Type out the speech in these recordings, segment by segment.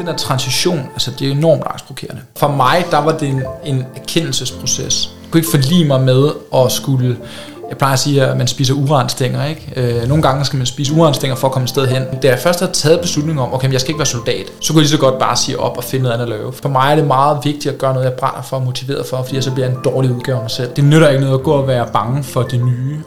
den der transition, altså det er enormt angstprovokerende. For mig, der var det en erkendelsesproces. Jeg kunne ikke forlige mig med at skulle... Jeg plejer at sige, at man spiser uranstænger, ikke? Nogle gange skal man spise uranstænger for at komme et sted hen. Da jeg først havde taget beslutningen om, okay, jeg skal ikke være soldat, så kunne jeg lige så godt bare sige op og finde noget andet at lave. For mig er det meget vigtigt at gøre noget, jeg brænder for og motiveret for, fordi så bliver jeg en dårlig udgave af mig selv. Det nytter ikke noget at gå og være bange for det nye.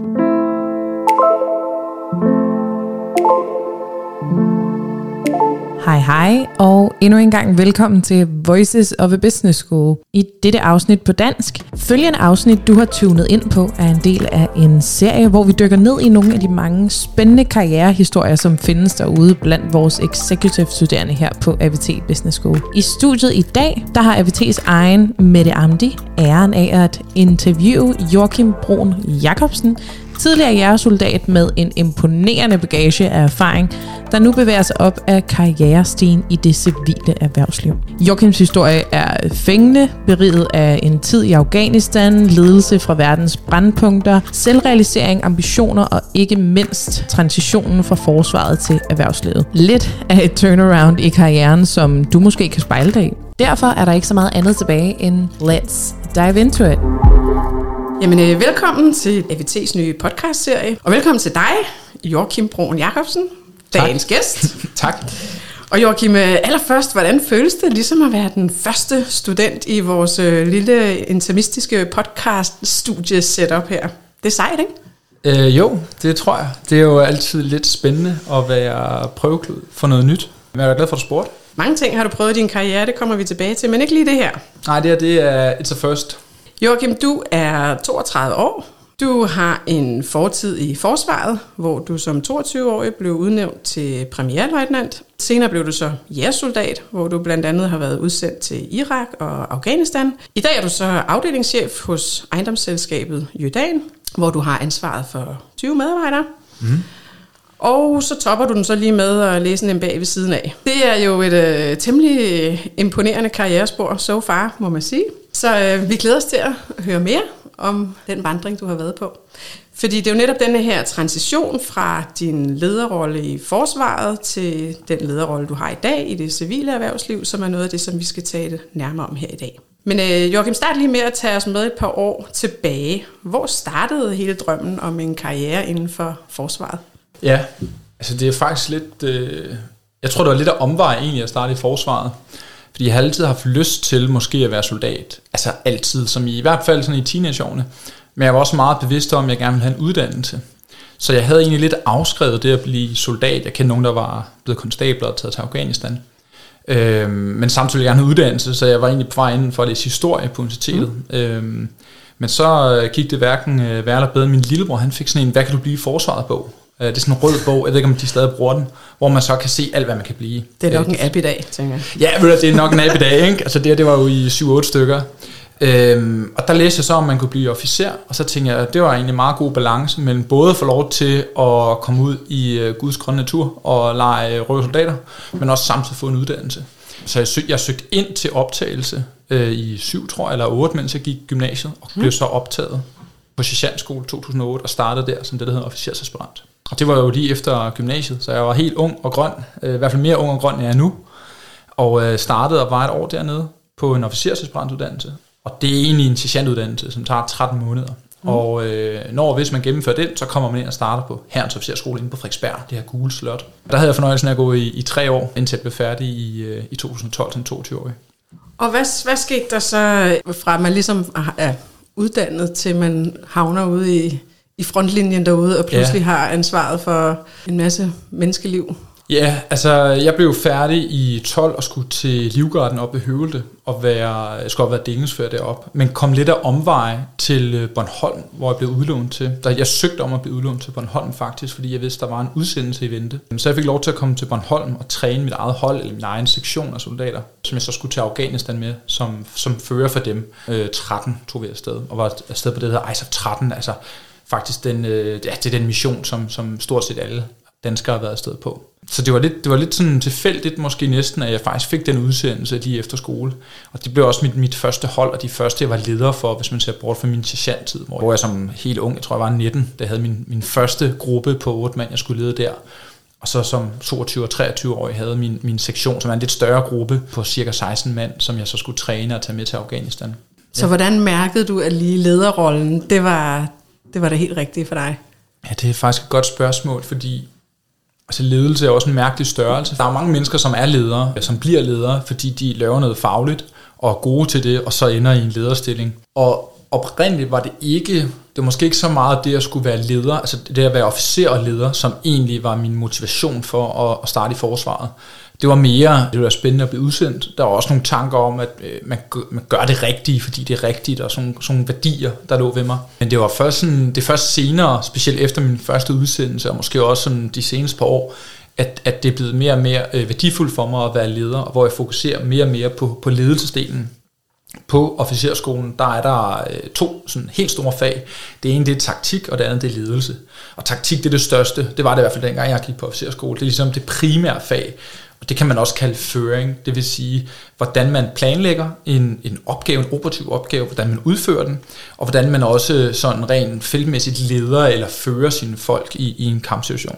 Hej og endnu en gang velkommen til Voices of a Business School. I dette afsnit på dansk. Følgende afsnit, du har tunet ind på, er en del af en serie, hvor vi dykker ned i nogle af de mange spændende karrierehistorier, som findes derude blandt vores executive-studerende her på AVT Business School. I studiet i dag, der har AVT's egen Mette Amdi æren af at interviewe Joachim Bruun Jacobsen, tidligere jægersoldat med en imponerende bagage af erfaring, der nu bevæger sig op af karrierestigen i det civile erhvervsliv. Joachims historie er fængende, beriget af en tid i Afghanistan, ledelse fra verdens brandpunkter, selvrealisering, ambitioner og ikke mindst transitionen fra forsvaret til erhvervslivet. Lidt af et turnaround i karrieren, som du måske kan spejle dig i. Derfor er der ikke så meget andet tilbage end let's dive into it. Jamen, velkommen til AVT's nye podcastserie, og velkommen til dig, Joachim Bruun Jacobsen, dagens gæst. Tak. Og Joachim, allerførst, hvordan føles det ligesom at være den første student i vores lille intimistiske podcast-studie-setup her? Det er sejt, ikke? Jo, det tror jeg. Det er jo altid lidt spændende at være prøveklud for noget nyt. Men jeg er glad for, at du spurgte. Mange ting har du prøvet i din karriere, det kommer vi tilbage til, men ikke lige det her. Nej, det er it's a first. Joachim, du er 32 år. Du har en fortid i forsvaret, hvor du som 22-årig blev udnævnt til premierløjtnant. Senere blev du så jægersoldat, hvor du blandt andet har været udsendt til Irak og Afghanistan. I dag er du så afdelingschef hos ejendomsselskabet Jødan, hvor du har ansvaret for 20 medarbejdere. Og så topper du den så lige med at læse en MBA ved siden af. Det er jo et temmelig imponerende karrierespor so far, må man sige. Så vi glæder os til at høre mere om den vandring, du har været på. Fordi det er jo netop denne her transition fra din lederrolle i forsvaret til den lederrolle, du har i dag i det civile erhvervsliv, som er noget af det, som vi skal tale nærmere om her i dag. Men Joachim, start lige med at tage os med et par år tilbage. Hvor startede hele drømmen om en karriere inden for forsvaret? Ja, altså det er faktisk lidt... Jeg tror, det var lidt af omvej egentlig at starte i forsvaret. Fordi jeg har altid haft lyst til måske at være soldat. Altså altid, som i hvert fald sådan i teenageårene. Men jeg var også meget bevidst om, at jeg gerne ville have en uddannelse. Så jeg havde egentlig lidt afskrevet det at blive soldat. Jeg kendte nogen, der var blevet konstabler og taget til Afghanistan. Men samtidig gerne have uddannelse, så jeg var egentlig på vej inden for at læse historie på universitetet. Men så gik det hverken værre eller bedre. Min lillebror, han fik sådan en, hvad kan du blive i forsvaret bog? Det er sådan en rød bog, jeg ved ikke om de stadig bruger den, hvor man så kan se alt, hvad man kan blive. Det er nok en app i dag, tænker jeg. Ja, det er nok en app i dag, ikke? Altså det var jo i 7-8 stykker. Og der læste jeg så, om man kunne blive officer, og så tænkte jeg, at det var egentlig en meget god balance mellem både at få lov til at komme ud i Guds grønne natur og lege røde soldater, men også samtidig få en uddannelse. Så jeg søgte ind til optagelse i 7, tror jeg, eller 8, mens jeg gik i gymnasiet, og blev så optaget på sergentskole 2008 og startede der som det, der hedder officersaspirant. Og det var jo lige efter gymnasiet, så jeg var helt ung og grøn, i hvert fald mere ung og grøn, end jeg er nu. Og startede og var et år dernede på en officersaspirantuddannelse. Og det er egentlig en sergeantuddannelse, som tager 13 måneder. Og hvis man gennemfører den, så kommer man ind og starter på Hærens Officersskole inde på Frederiksberg, det her gule slot. Der havde jeg fornøjelsen af at gå i 3 år, indtil jeg blev færdig i 2012 som 22-årig. Og hvad skete der så fra, at man ligesom er uddannet, til man havner ude i frontlinjen derude, og pludselig har ansvaret for en masse menneskeliv? Ja, altså jeg blev færdig i 12 og skulle til Livgarden op ved Høvelte, og jeg skulle være delingsfører deroppe, men kom lidt af omveje til Bornholm, hvor jeg blev udlånt til. Jeg søgte om at blive udlånt til Bornholm faktisk, fordi jeg vidste, der var en udsendelse i vente. Så jeg fik lov til at komme til Bornholm og træne mit eget hold, eller min egen sektion af soldater, som jeg så skulle til Afghanistan med, som fører for dem. 13 tog vi afsted, og var afsted på det, der hedder ISAF 13, altså faktisk det er den mission, som stort set alle danskere har været afsted på. Så det var lidt sådan tilfældigt måske næsten, at jeg faktisk fik den udsendelse lige efter skole. Og det blev også mit første hold, og de første, jeg var leder for, hvis man ser bort fra min sergeanttid, hvor jeg som helt ung, jeg tror jeg var 19, da jeg havde min første gruppe på 8 mand, jeg skulle lede der. Og så som 22 og 23-årig havde min sektion, som er en lidt større gruppe på cirka 16 mand, som jeg så skulle træne og tage med til Afghanistan. Så hvordan mærkede du, at lige lederrollen, det var det helt rigtige for dig? Ja, det er faktisk et godt spørgsmål, fordi altså ledelse er også en mærkelig størrelse. Der er mange mennesker, som er ledere, som bliver ledere, fordi de laver noget fagligt og er gode til det, og så ender i en lederstilling. Og oprindeligt var det måske ikke så meget det at skulle være leder, altså det at være officer og leder, som egentlig var min motivation for at starte i forsvaret. Det var mere, det var spændende at blive udsendt. Der var også nogle tanker om, at man gør det rigtige, fordi det er rigtigt, og sådan nogle værdier, der lå ved mig. Men det var først senere, specielt efter min første udsendelse, og måske også sådan de seneste par år, at det er blevet mere og mere værdifuldt for mig at være leder, og hvor jeg fokuserer mere og mere på ledelsesdelen. På officerskolen, der er der 2 sådan helt store fag. Det ene, det er taktik, og det andet, det er ledelse. Og taktik, det er det største. Det var det i hvert fald dengang, jeg gik på officerskole. Det er ligesom det primære fag. Og det kan man også kalde føring. Det vil sige, hvordan man planlægger en opgave, en operativ opgave, hvordan man udfører den, og hvordan man også sådan rent feltmæssigt leder eller fører sine folk i en kampsituation.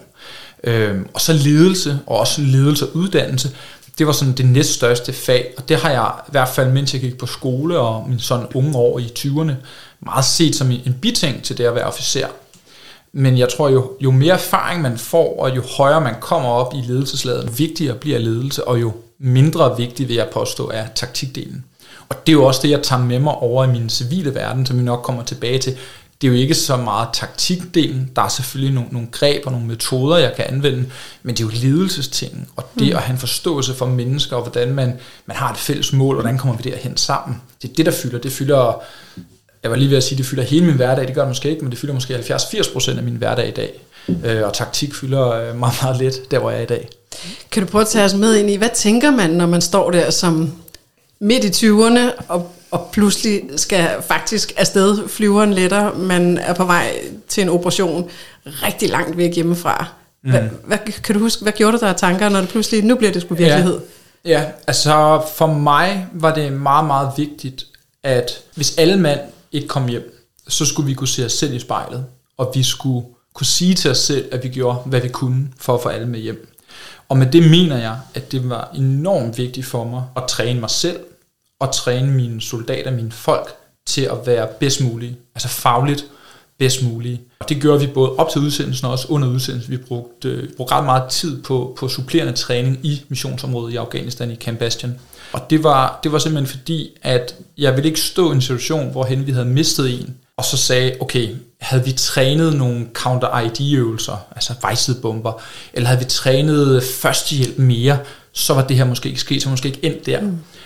Og så ledelse, og også ledelse og uddannelse. Det var sådan det næststørste fag, og det har jeg i hvert fald, mens jeg gik på skole og min sådan unge år i 20'erne, meget set som en biting til det at være officer. Men jeg tror, jo mere erfaring man får, og jo højere man kommer op i ledelseslaget, jo vigtigere bliver ledelse, og jo mindre vigtig vil jeg påstå er taktikdelen. Og det er jo også det, jeg tager med mig over i min civile verden, som vi nok kommer tilbage til. Det er jo ikke så meget taktikdelen. Der er selvfølgelig nogle greb og nogle metoder, jeg kan anvende, men det er jo ledelsestingen, og det at have en forståelse for mennesker, og hvordan man har et fælles mål, og hvordan kommer vi derhen sammen. Det er det, der fylder. Det fylder, jeg var lige ved at sige, det fylder hele min hverdag. Det gør det måske ikke, men det fylder måske 70-80% af min hverdag i dag. Og taktik fylder meget, meget lidt, der hvor jeg er i dag. Kan du prøve at tage os med ind i, hvad tænker man, når man står der som midt i 20'erne, og pludselig skal faktisk afsted, flyveren letter, man er på vej til en operation rigtig langt væk hjemmefra. Kan du huske, hvad gjorde du der af tanker, når det pludselig, nu bliver det sgu virkelighed? Ja, altså for mig var det meget, meget vigtigt, at hvis alle mand ikke kom hjem, så skulle vi kunne se os selv i spejlet, og vi skulle kunne sige til os selv, at vi gjorde, hvad vi kunne for at få alle med hjem. Og med det mener jeg, at det var enormt vigtigt for mig at træne mig selv, og træne mine soldater, mine folk, til at være bedst mulige, altså fagligt bedst mulige. Og det gjorde vi både op til udsendelsen og også under udsendelsen. Vi brugte ret meget tid på supplerende træning i missionsområdet i Afghanistan, i Camp Bastion. Og det var simpelthen fordi, at jeg ville ikke stå i en situation, hvorhen vi havde mistet en, og så sagde, okay, havde vi trænet nogle counter-ID-øvelser, altså vejsidebomber, eller havde vi trænet førstehjælp mere, så var det her måske ikke sket, så måske ikke endt der.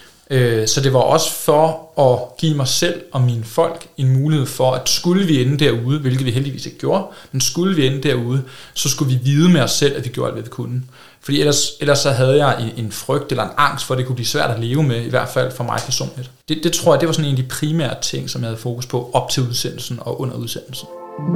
Så det var også for at give mig selv og mine folk en mulighed for, at skulle vi ende derude, hvilket vi heldigvis ikke gjorde, men skulle vi ende derude, så skulle vi vide med os selv, at vi gjorde alt, hvad vi kunne. Fordi ellers så havde jeg en frygt eller en angst for, at det kunne blive svært at leve med, i hvert fald for mig personligt. Det tror jeg, det var sådan en af de primære ting, som jeg havde fokus på op til udsendelsen og under udsendelsen.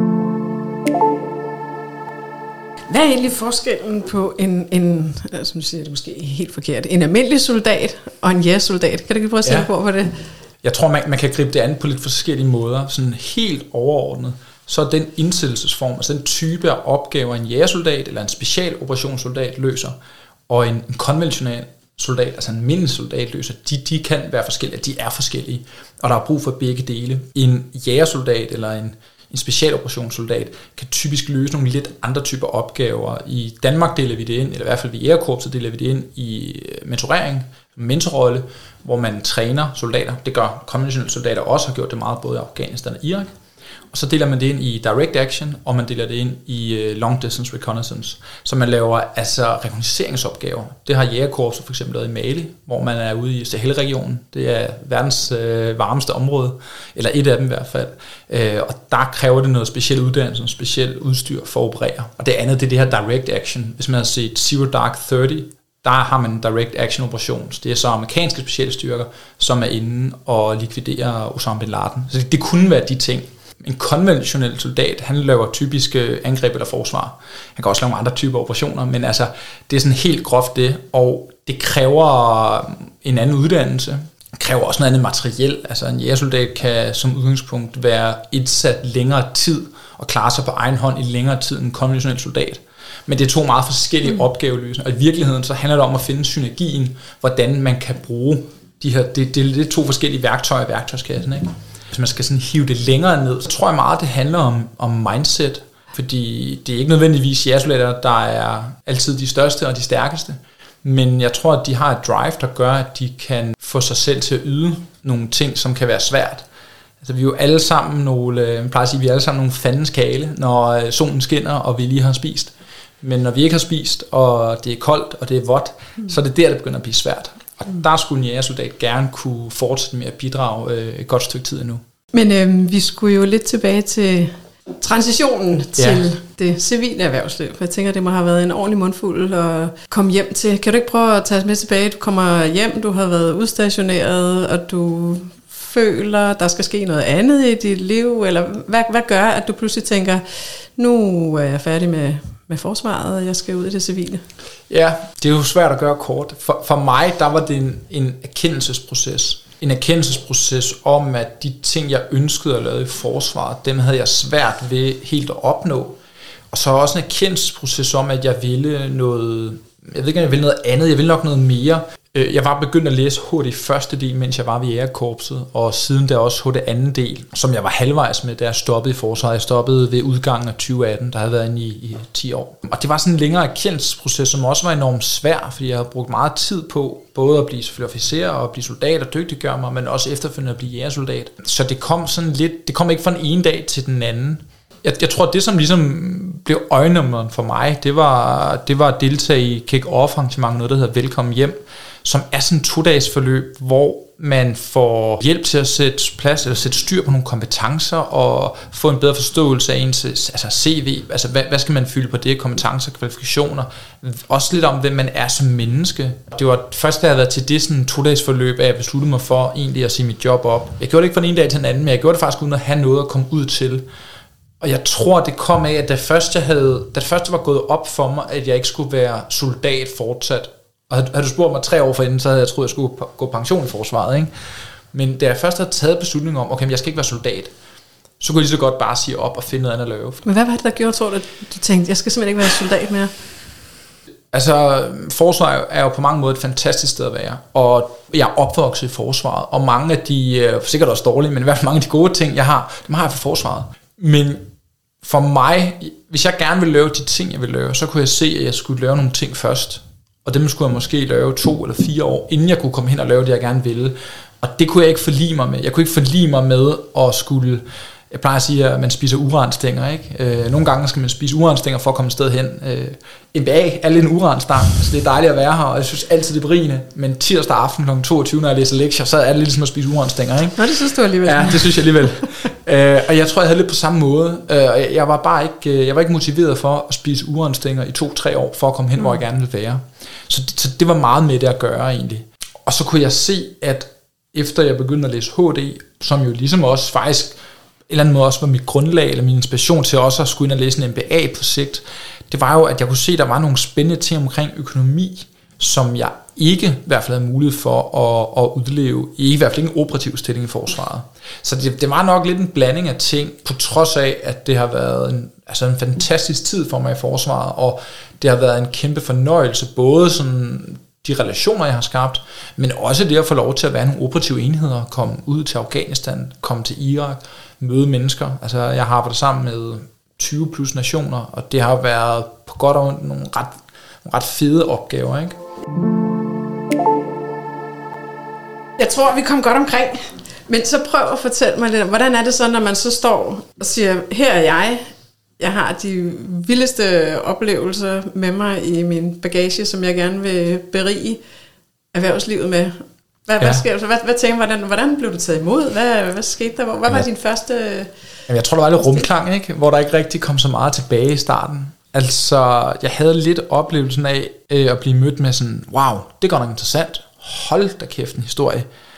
Hvad er egentlig forskellen på en som du siger, det er måske helt forkert, en almindelig soldat og en jægersoldat? Kan du ikke prøve at sætte på det? Jeg tror, man kan gribe det an på lidt forskellige måder. Sådan helt overordnet, så er den indsættelsesform, altså den type af opgaver, en jægersoldat eller en specialoperationssoldat løser, og en konventionel soldat, altså en almindelig soldat løser, de kan være forskellige, de er forskellige, og der er brug for begge dele. En jægersoldat eller en specialoperationssoldat kan typisk løse nogle lidt andre typer opgaver. I Danmark deler vi det ind, eller i hvert fald ved Jægerkorpset deler vi det ind i mentorering, mentorrolle, hvor man træner soldater. Det gør konventionelle soldater også, har gjort det meget både i Afghanistan og Irak. Og så deler man det ind i direct action, og man deler det ind i long distance reconnaissance. Så man laver altså rekognosceringsopgaver. Det har Jægerkorpset for eksempel lavet i Mali, hvor man er ude i Sahel-regionen. Det er verdens varmeste område, eller et af dem i hvert fald. Og der kræver det noget speciel uddannelse, noget specielt udstyr for at operere. Og det andet, det er det her direct action. Hvis man har set Zero Dark 30, der har man en direct action operation. Det er så amerikanske specielle styrker, som er inde og likviderer Osama bin Laden. Så det kunne være de ting. En konventionel soldat, han laver typiske angreb eller forsvar. Han kan også lave andre typer operationer, men altså, det er sådan helt groft det, og det kræver en anden uddannelse. Det kræver også noget andet materiel. Altså en jægersoldat kan som udgangspunkt være indsat længere tid og klare sig på egen hånd i længere tid end en konventionel soldat. Men det er to meget forskellige opgaveløsninger, og i virkeligheden så handler det om at finde synergien, hvordan man kan bruge de her, det er to forskellige værktøjer i værktøjskassen, ikke? Hvis man skal sådan hive det længere ned, så tror jeg meget, det handler om mindset, fordi det er ikke nødvendigvis jægersoldater, der er altid de største og de stærkeste, men jeg tror, at de har et drive, der gør, at de kan få sig selv til at yde nogle ting, som kan være svært. Altså, vi er jo alle sammen vi er alle sammen nogle fandens kale, når solen skinner, og vi lige har spist. Men når vi ikke har spist, og det er koldt, og det er vådt, så er det der, det begynder at blive svært. Og der skulle en jægersoldat gerne kunne fortsætte med at bidrage et godt stykke tid endnu. Men vi skulle jo lidt tilbage til transitionen til det civile erhvervsliv. For jeg tænker, det må have været en ordentlig mundfuld at komme hjem til. Kan du ikke prøve at tage os med tilbage? Du kommer hjem, du har været udstationeret, og du føler, der skal ske noget andet i dit liv? Eller hvad gør, at du pludselig tænker, nu er jeg færdig med forsvaret, og jeg skal ud i det civile? Ja, det er jo svært at gøre kort. For mig, der var det en erkendelsesproces. En erkendelsesproces om, at de ting, jeg ønskede at lave i forsvaret, dem havde jeg svært ved helt at opnå. Og så også en erkendelsesproces om, at jeg ville noget, jeg ved ikke, om jeg ville noget andet, jeg ville nok noget mere. Jeg var begyndt at læse HD første del, mens jeg var ved jægerkorpset, og siden der også HD anden del, som jeg var halvvejs med, da jeg stoppede i forsvaret. Jeg stoppede ved udgangen af 2018, der havde været inde i 10 år. Og det var sådan en længere erkendelsesproces, som også var enormt svær, fordi jeg havde brugt meget tid på, både at blive selvfølgelig officer og blive soldat og dygtiggøre mig, men også efterfølgende at blive jægersoldat. Så det kom sådan lidt, det kom ikke fra den ene dag til den anden. Jeg tror, det som ligesom blev øjenummeren for mig, det var at deltage i kick-off-arrangement, noget der hedder Velkommen Hjem, som er sådan en 2-dages forløb, hvor man får hjælp til at sætte plads, eller sætte styr på nogle kompetencer, og få en bedre forståelse af ens CV, altså hvad skal man fylde på det, kompetencer, kvalifikationer, også lidt om, hvem man er som menneske. Det var først, da jeg havde været til det sådan 2-dages forløb, at jeg besluttede mig for egentlig at sige mit job op. Jeg gjorde det ikke fra den ene dag til den anden, men jeg gjorde det faktisk uden at have noget at komme ud til. Og jeg tror, det kom af, at da først det var gået op for mig, at jeg ikke skulle være soldat fortsat. Og havde du spurgt mig 3 år forinden, så havde jeg troet, at jeg skulle gå pension i forsvaret, ikke? Men da jeg først havde taget beslutningen om, okay, men jeg skal ikke være soldat, så kunne jeg lige så godt bare sige op og finde noget andet at lave. Men hvad var det, der gjorde, tror du tænkte, jeg skal simpelthen ikke være soldat mere? Altså, forsvaret er jo på mange måder et fantastisk sted at være, og jeg er opvokset i forsvaret, og mange af de, sikkert også dårlige, men i hvert fald mange af de gode ting, jeg har, dem har jeg fra forsvaret. Men for mig, hvis jeg gerne ville lave de ting, jeg ville lave, så kunne jeg se, at jeg skulle lave nogle ting først. Og dem skulle jeg måske lave 2 eller 4 år, inden jeg kunne komme hen og lave det, jeg gerne ville. Og det kunne jeg ikke forlige mig med. Jeg kunne ikke forlige mig med at skulle... Jeg plejer at sige, at man spiser uranstænger, ikke? Nogle gange skal man spise uranstænger for at komme et sted hen. MBA er lidt en uranstang, så det er dejligt at være her, og jeg synes altid det er berigende. Men tirsdag aften kl. 22, når jeg læser lektier, så er det lidt ligesom at spise uranstænger, ikke? Nå, det synes du alligevel. Ja, det synes jeg alligevel. Og jeg tror, jeg havde lidt på samme måde. Jeg var bare ikke motiveret for at spise uranstænger i 2-3 år, for at komme hen, hvor jeg gerne ville være. Så det var meget med det at gøre, egentlig. Og så kunne jeg se, at efter jeg begyndte at læse HD, som jo ligesom også faktisk en eller anden måde også var mit grundlag, eller min inspiration til også at skulle ind og læse en MBA på sigt, det var jo, at jeg kunne se, at der var nogle spændende ting omkring økonomi, som jeg ikke i hvert fald havde mulighed for at udleve, i hvert fald ikke en operativ stilling i forsvaret. Så det var nok lidt en blanding af ting, på trods af, at det har været en fantastisk tid for mig i forsvaret, og det har været en kæmpe fornøjelse, både sådan de relationer, jeg har skabt, men også det at få lov til at være nogle operative enheder, komme ud til Afghanistan, komme til Irak, møde mennesker. Altså, jeg har arbejdet sammen med 20 plus nationer, og det har været på godt og ondt nogle ret fede opgaver, ikke? Jeg tror, vi kom godt omkring. Men så prøv at fortælle mig lidt om, hvordan er det så, når man så står og siger, her er jeg har de vildeste oplevelser med mig i min bagage, som jeg gerne vil berige erhvervslivet med. Hvad sker der? Hvad tænker du, hvordan blev du taget imod? Hvad skete der? Hvad var din første... Jamen, jeg tror, der var lidt rumklang, ikke? Hvor der ikke rigtig kom så meget tilbage i starten. Altså, jeg havde lidt oplevelsen af at blive mødt med sådan, wow, det er godt nok interessant. Hold da kæft en historie.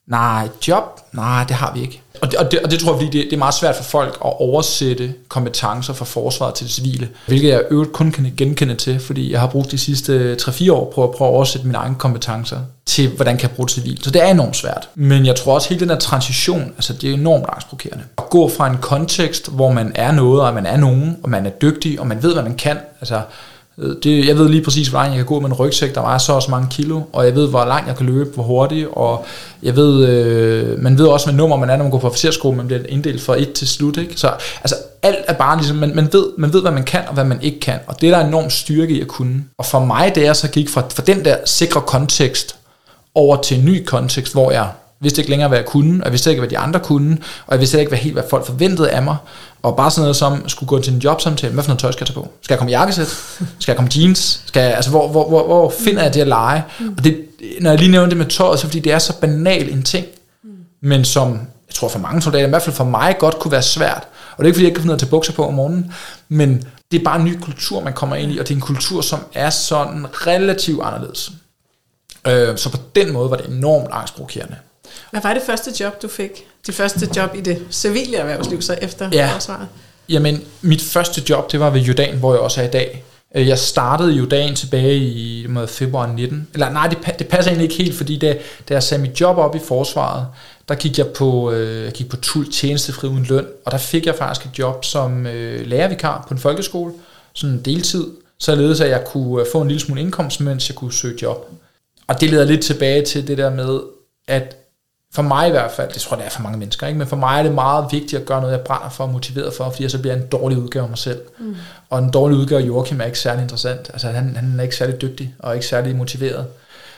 Nej, job? Nej, det har vi ikke. Og det tror jeg, fordi det er meget svært for folk at oversætte kompetencer fra forsvaret til det civile, hvilket jeg øvrigt kun kan genkende til, fordi jeg har brugt de sidste 3-4 år på at prøve at oversætte mine egne kompetencer til, hvordan kan jeg bruge det civilt. Så det er enormt svært. Men jeg tror også, at hele den her transition, altså det er enormt angstprovokerende. At gå fra en kontekst, hvor man er noget, og man er nogen, og man er dygtig, og man ved, hvad man kan. Altså, jeg ved lige præcis, hvor langt jeg kan gå med en rygsæk, der vejer så mange kilo, og jeg ved, hvor langt jeg kan løbe, hvor hurtigt, og jeg ved, man ved også, hvad nummer man er, når man går på officerskole, man bliver inddelt fra 1 til slut, ikke? Så altså, alt er bare ligesom, man ved, hvad man kan, og hvad man ikke kan, og det er der enormt styrke i at kunne. Og for mig, da jeg så gik fra den der sikre kontekst, over til en ny kontekst, hvor jeg vidste ikke længere, hvad jeg kunne, og jeg vidste ikke, hvad de andre kunne, og jeg vidste ikke, hvad folk forventede af mig, og bare sådan noget som, skulle gå til en jobsamtale, hvad for noget tøj skal jeg tage på? Skal jeg komme i jakkesæt? Skal jeg komme i jeans? Hvor finder jeg det at lege? Og det, når jeg lige nævner det med tøjet, så fordi det er så banal en ting, men som, jeg tror for mange soldater, i hvert fald for mig, godt kunne være svært. Og det er ikke, fordi jeg ikke kan finde noget til bukser på om morgenen, men det er bare en ny kultur, man kommer ind i, og det er en kultur, som er sådan relativt anderledes. Så på den måde var det enormt angstprovokerende. Hvad var det første job, du fik? Det første job i det civile erhvervsliv, så efter forsvaret? Jamen, mit første job, det var ved Jordan, hvor jeg også er i dag. Jeg startede i Jordan tilbage i februar 19. Eller nej, det passer egentlig ikke helt, fordi da jeg sagde mit job op i forsvaret, der gik jeg på tjenestefri uden løn, og der fik jeg faktisk et job som lærervikar på en folkeskole, sådan en deltid, således at jeg kunne få en lille smule indkomst, mens jeg kunne søge job. Og det leder lidt tilbage til det der med, at for mig i hvert fald, det tror jeg, det er for mange mennesker, ikke? Men for mig er det meget vigtigt at gøre noget, jeg brænder for og motiveret for, fordi jeg så bliver en dårlig udgave af mig selv. Og en dårlig udgave af Joachim er ikke særlig interessant. Altså han er ikke særlig dygtig og ikke særlig motiveret.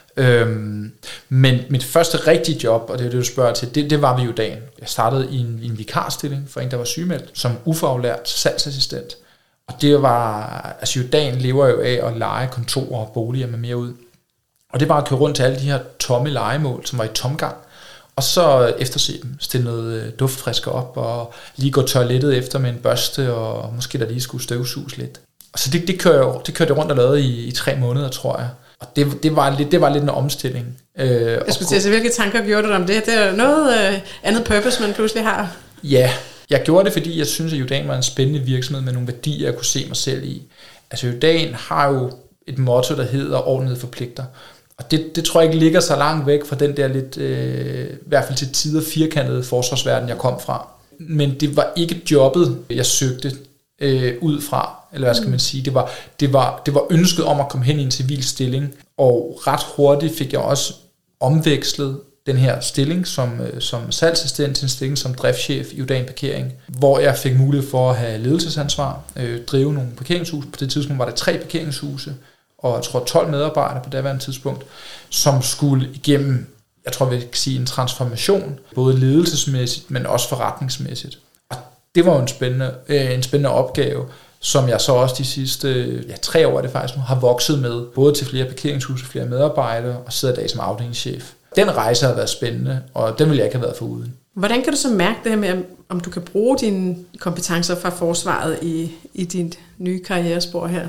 Men mit første rigtige job, og det er det, du spørger til, det var ved Jordan. Jeg startede i en vikarstilling for en, der var sygemeldt, som ufaglært salgsassistent. Og det var, altså Jordan lever jo af at leje kontorer og boliger med mere ud. Og det var at køre rundt til alle de her tomme lejemål, som var i tomgang. Og så efterse dem, stille noget duftfrisker op, og lige gå toilettet efter med en børste, og måske der lige skulle støvsuges lidt. Og så det kørte jeg rundt og lavede i 3 måneder, tror jeg. Og det var lidt en omstilling. Jeg skulle til at se, hvilke tanker gjorde du om det? Det er noget andet purpose, man pludselig har. Ja, jeg gjorde det, fordi jeg synes, at Jordan var en spændende virksomhed med nogle værdier, jeg kunne se mig selv i. Altså Jordan har jo et motto, der hedder ordnede forpligter. Og det tror jeg ikke ligger så langt væk fra den der lidt, i hvert fald til tider firkantede forsvarsverden, jeg kom fra. Men det var ikke jobbet, jeg søgte ud fra, eller hvad skal man sige. Det var ønsket om at komme hen i en civil stilling, og ret hurtigt fik jeg også omvekslet den her stilling som salgsassistent til en stilling som driftschef i Jordan Parkering, hvor jeg fik mulighed for at have ledelsesansvar, drive nogle parkeringshuse. På det tidspunkt var der 3 parkeringshuse, og jeg tror 12 medarbejdere på daværende tidspunkt, som skulle igennem, jeg tror vi kan sige, en transformation, både ledelsesmæssigt, men også forretningsmæssigt. Og det var jo en spændende opgave, som jeg så også de sidste 3 år, det faktisk nu, har vokset med, både til flere parkeringshuse, flere medarbejdere, og sidder i dag som afdelingschef. Den rejse har været spændende, og den ville jeg ikke have været foruden. Hvordan kan du så mærke det her med, om du kan bruge dine kompetencer fra forsvaret i dit nye karrierespor her?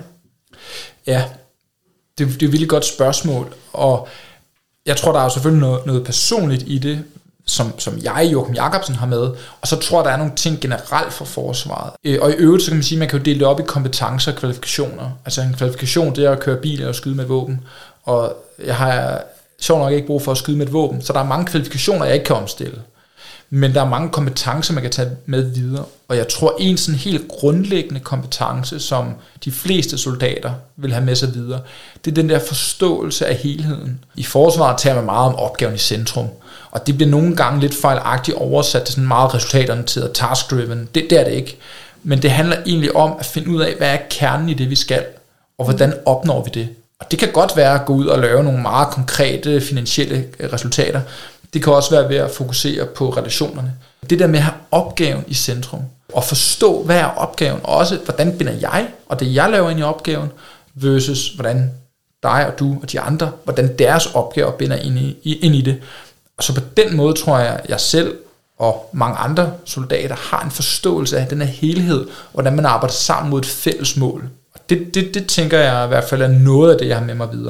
Ja, det er et virkelig godt spørgsmål, og jeg tror, der er jo selvfølgelig noget personligt i det, som jeg, Joachim Jacobsen, har med, og så tror jeg, der er nogle ting generelt for forsvaret. Og i øvrigt, så kan man sige, at man kan jo dele det op i kompetencer og kvalifikationer. Altså en kvalifikation, det er at køre bil og skyde med et våben, og jeg har sjovt nok ikke brug for at skyde med et våben, så der er mange kvalifikationer, jeg ikke kan omstille. Men der er mange kompetencer, man kan tage med videre. Og jeg tror, en sådan helt grundlæggende kompetence, som de fleste soldater vil have med sig videre, det er den der forståelse af helheden. I forsvaret taler man meget om opgaven i centrum, og det bliver nogle gange lidt fejlagtigt oversat til sådan meget resultatorienteret, task-driven. Det er det ikke. Men det handler egentlig om at finde ud af, hvad er kernen i det, vi skal, og hvordan opnår vi det. Og det kan godt være at gå ud og lave nogle meget konkrete finansielle resultater. Det kan også være ved at fokusere på relationerne. Det der med at have opgaven i centrum, og forstå, hvad er opgaven, og også hvordan binder jeg, og det jeg laver ind i opgaven, versus hvordan dig og du og de andre, hvordan deres opgaver binder ind i det. Og så på den måde tror jeg, at jeg selv og mange andre soldater har en forståelse af den her helhed, og hvordan man arbejder sammen mod et fælles mål. Og det tænker jeg i hvert fald er noget af det, jeg har med mig videre.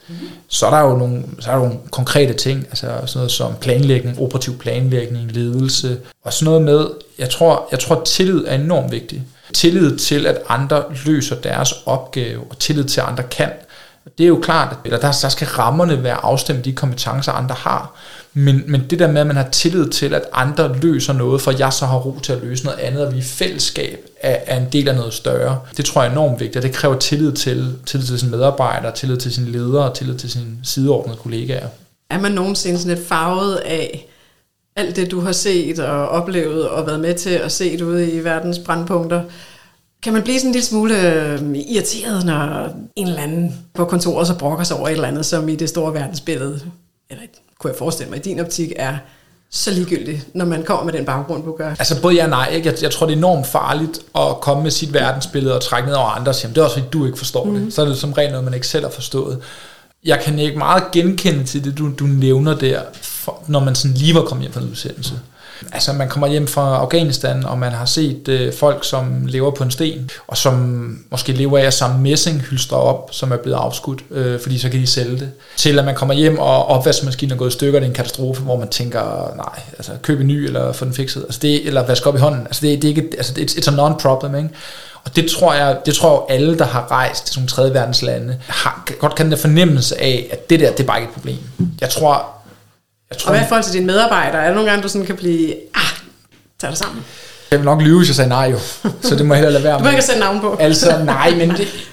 Så er der jo nogle konkrete ting, altså sådan noget som planlægning, operativ planlægning, ledelse, og sådan noget med, jeg tror tillid er enormt vigtigt. Tillid til, at andre løser deres opgave, og tillid til, at andre kan. Det er jo klart, at der skal rammerne være afstemt de kompetencer, andre har. Men det der med, at man har tillid til, at andre løser noget, for jeg så har ro til at løse noget andet, og vi i fællesskab er en del af noget større. Det tror jeg er enormt vigtigt, og det kræver tillid til sine medarbejdere, tillid til sine ledere, tillid til sine sideordnede kollegaer. Er man nogensinde sådan lidt farvet af alt det, du har set og oplevet og været med til at se ude i verdens brandpunkter? Kan man blive sådan en lille smule irriteret, når en eller anden på kontoret så brokker sig over et eller andet, som i det store verdensbillede, eller kunne jeg forestille mig, i din optik er så ligegyldigt, når man kommer med den baggrund, du gør? Altså både ja og nej, ikke? Jeg tror, det er enormt farligt at komme med sit verdensbillede og trække ned over andre og sige, det er også fordi, du ikke forstår det. Så er det som regel noget, man ikke selv har forstået. Jeg kan ikke meget genkende til det, du nævner der, når man sådan lige var kommet hjem fra en udsendelse. Altså man kommer hjem fra Afghanistan, og man har set folk, som lever på en sten, og som måske lever af at samle messinghylstre op, som er blevet afskudt, fordi så kan de sælge det. Til at man kommer hjem, og opvaskemaskinen er gået i stykker, det er en katastrofe, hvor man tænker, nej, altså køb en ny, eller få den fikset, altså det, eller vask op i hånden. Altså det er ikke, altså it's a non-problem, ikke? Og det tror jeg alle, der har rejst til sådan tredje verdens lande, godt kan den fornemmelse af, at det der, det er bare ikke et problem. Jeg tror, og hvad i forhold til dine medarbejdere? Er der nogle gange, du sådan kan blive, tag dig sammen? Jeg vil nok lyve, hvis jeg sagde nej jo. Så det må jeg hellere lade være med. Du må ikke sætte navn på. Altså nej, men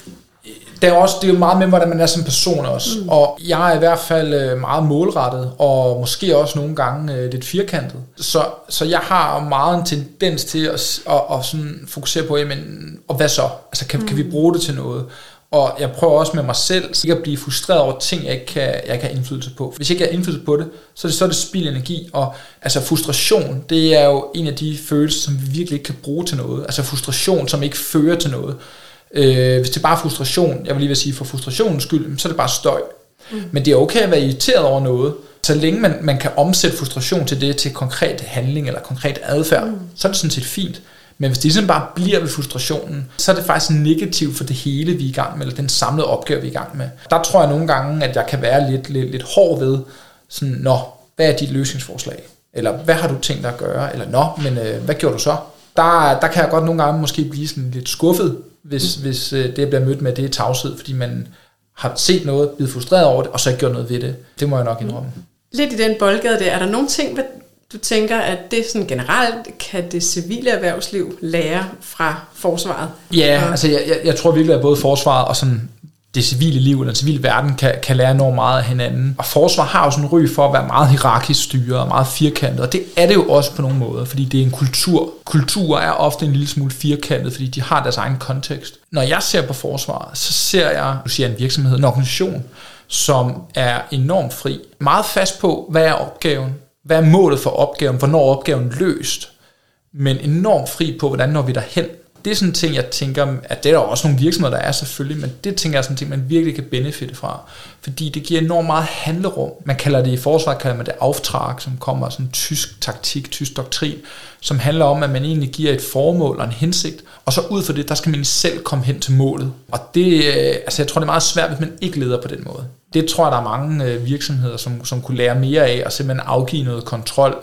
det er jo meget med, hvordan man er som person også. Og jeg er i hvert fald meget målrettet, og måske også nogle gange lidt firkantet. Så jeg har meget en tendens til at sådan fokusere på, og hvad så? Altså kan vi bruge det til noget? Og jeg prøver også med mig selv ikke at blive frustreret over ting, jeg ikke kan have indflydelse på. Hvis jeg ikke har indflydelse på det, så er det spild energi. Og altså frustration, det er jo en af de følelser, som vi virkelig ikke kan bruge til noget. Altså frustration, som ikke fører til noget. Hvis det er bare frustration, jeg vil lige vil sige, for frustrationens skyld, så er det bare støj. Men det er okay at være irriteret over noget, så længe man kan omsætte frustration til det, til konkret handling eller konkret adfærd, så er det sådan set fint. Men hvis det sådan bare bliver ved frustrationen, så er det faktisk negativt for det hele, vi er i gang med, eller den samlede opgave, vi er i gang med. Der tror jeg nogle gange, at jeg kan være lidt hård ved, sådan, hvad er dit løsningsforslag? Eller hvad har du tænkt dig at gøre? Eller hvad gjorde du så? Der kan jeg godt nogle gange måske blive sådan lidt skuffet, hvis det bliver mødt med det tavshed, fordi man har set noget, blevet frustreret over det, og så ikke gjort noget ved det. Det må jeg nok indrømme. Lidt i den boldgade der, er der nogle ting, du tænker, at det sådan generelt kan det civile erhvervsliv lære fra forsvaret? Ja, altså jeg tror virkelig, at både forsvaret og sådan det civile liv, eller den civile verden, kan lære enormt meget af hinanden. Og forsvar har jo sådan en ry for at være meget hierarkisk styret og meget firkantet, og det er det jo også på nogle måder, fordi det er en kultur. Kulturer er ofte en lille smule firkantet, fordi de har deres egen kontekst. Når jeg ser på forsvaret, så ser jeg en virksomhed, en organisation, som er enormt fri. Meget fast på, hvad er opgaven? Hvad er målet for opgaven? Hvornår er opgaven løst? Men enormt fri på, hvordan når vi derhen. Det er sådan en ting, jeg tænker, at det er der også nogle virksomheder, der er selvfølgelig, men det tænker jeg er sådan en ting, man virkelig kan benefitte fra. Fordi det giver enormt meget handlerum. Man kalder det i forsvaret, kalder man det Auftrag, som kommer sådan tysk taktik, tysk doktrin, som handler om, at man egentlig giver et formål og en hensigt, og så ud fra det, der skal man selv komme hen til målet. Og det, jeg tror, det er meget svært, hvis man ikke leder på den måde. Det tror jeg, der er mange virksomheder, som kunne lære mere af, og simpelthen afgive noget kontrol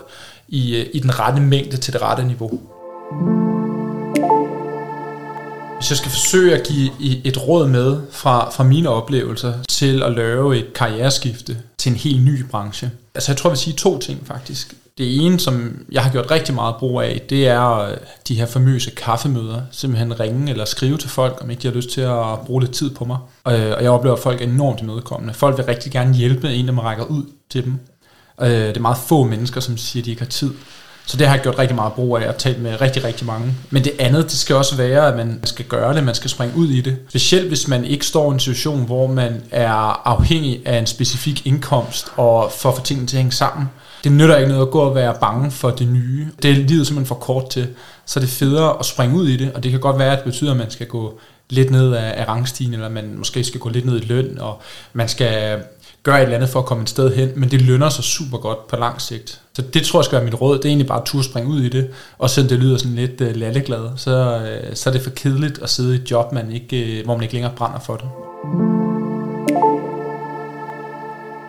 i den rette mængde til det rette niveau. Hvis jeg skal forsøge at give et råd med fra mine oplevelser til at lave et karriereskifte til en helt ny branche. Altså jeg tror, jeg vil sige 2 ting faktisk. Det ene, som jeg har gjort rigtig meget brug af, det er de her famøse kaffemøder. Simpelthen ringe eller skrive til folk, om ikke de har lyst til at bruge lidt tid på mig. Og jeg oplever, at folk er enormt imødekommende. Folk vil rigtig gerne hjælpe en, der man rækker ud til dem. Det er meget få mennesker, som siger, at de ikke har tid. Så det har jeg gjort rigtig meget brug af at tale med rigtig, rigtig mange. Men det andet, det skal også være, at man skal gøre det, man skal springe ud i det. Specielt hvis man ikke står i en situation, hvor man er afhængig af en specifik indkomst og for at få tingene til at hænge sammen. Det nytter ikke noget at gå og være bange for det nye. Det er livet simpelthen for kort til. Så det er federe at springe ud i det, og det kan godt være, at det betyder, at man skal gå lidt ned af rangstigen, eller man måske skal gå lidt ned i løn, og man skal gøre et eller andet for at komme et sted hen, men det lønner sig super godt på lang sigt. Så det tror jeg skal være mit råd. Det er egentlig bare at turde springe ud i det, og selvom det lyder sådan lidt lalleglad, så er det for kedeligt at sidde i et job, hvor man ikke længere brænder for det.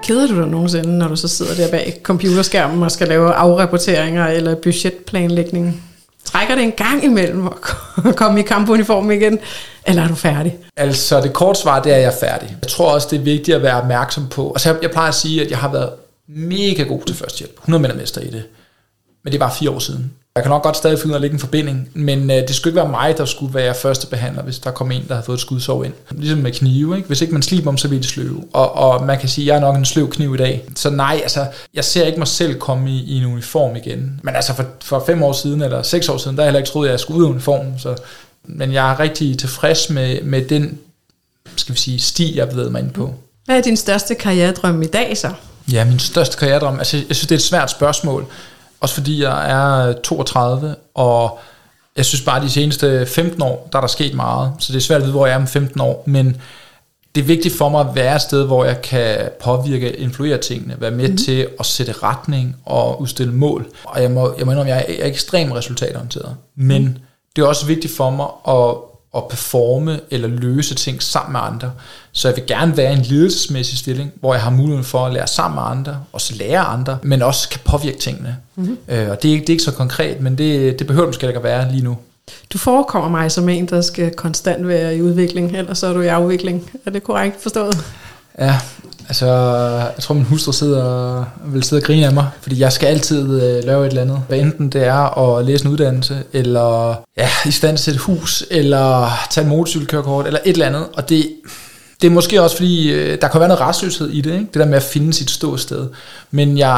Keder du dig nogensinde, når du så sidder der bag computerskærmen og skal lave afrapporteringer eller budgetplanlægning? Trækker det en gang imellem at komme i kampuniform igen, eller er du færdig? Altså det korte svar, det er, at jeg er færdig. Jeg tror også, det er vigtigt at være opmærksom på. Altså jeg plejer at sige, at jeg har været mega god til førstehjælp. 100 metermester i det. Men det er bare 4 år siden. Jeg kan nok godt stadig finde ud af at lægge en forbinding, men det skulle ikke være mig, der skulle være første behandler, hvis der kom en, der havde fået et skudsår ind. Ligesom med knive, ikke? Hvis ikke man sliber dem, så bliver de sløve. Og man kan sige, at jeg er nok en sløv kniv i dag. Så nej, altså, jeg ser ikke mig selv komme i en uniform igen. Men altså for 5 år siden, eller 6 år siden, der har jeg heller ikke troet, at jeg skulle ud af uniformen. Men jeg er rigtig tilfreds med den, skal vi sige, sti, jeg bevæger mig ind på. Hvad er din største karrieredrøm i dag så? Ja, min største karrieredrøm, altså jeg synes, det er et svært spørgsmål. Også fordi jeg er 32, og jeg synes bare, at de seneste 15 år, der er der sket meget. Så det er svært at vide, hvor jeg er om 15 år. Men det er vigtigt for mig at være et sted, hvor jeg kan påvirke, influere tingene. Være med til at sætte retning og udstille mål. Og jeg må indrømme, at jeg er ekstremt resultatorienteret. Men det er også vigtigt for mig at performe eller løse ting sammen med andre. Så jeg vil gerne være i en ledelsesmæssig stilling, hvor jeg har muligheden for at lære sammen med andre, også lære andre, men også kan påvirke tingene. Og det er ikke så konkret, men det behøver måske ikke at være lige nu. Du forekommer mig som en, der skal konstant være i udvikling, ellers så er du i afvikling. Er det korrekt forstået? Ja, altså jeg tror min hustru vil sidde og grine af mig, fordi jeg skal altid lave et eller andet. Hvad enten det er at læse en uddannelse, eller istandsætte et hus, eller tage et motorcykelkørekort, eller et eller andet. Og det er måske også fordi, der kan være noget rastløshed i det, ikke? Det der med at finde sit ståsted. Men jeg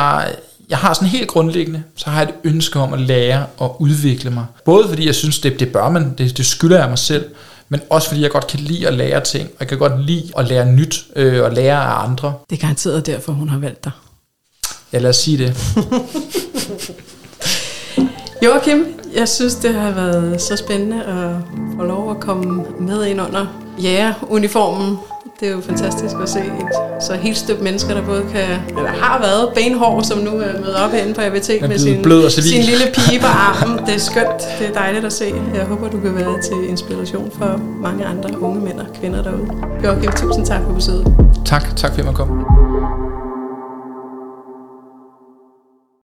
har sådan helt grundlæggende, så har jeg et ønske om at lære og udvikle mig. Både fordi jeg synes, det bør man, det skylder jeg mig selv, men også fordi jeg godt kan lide at lære ting, og jeg kan godt lide at lære nyt og lære af andre. Det er garanteret derfor, hun har valgt dig. Ja, lad os sige det. Joachim, jeg synes, det har været så spændende at få lov at komme med ind under uniformen. Det er jo fantastisk at se et så helt støbt mennesker, der både har været benhård, som nu er mødt op herinde på ABT med sin lille pige på armen. Det er skønt, det er dejligt at se. Jeg håber, du kan være til inspiration for mange andre unge mænd og kvinder derude. Joachim, tusind tak for besøget. Tak fordi jeg måtte komme.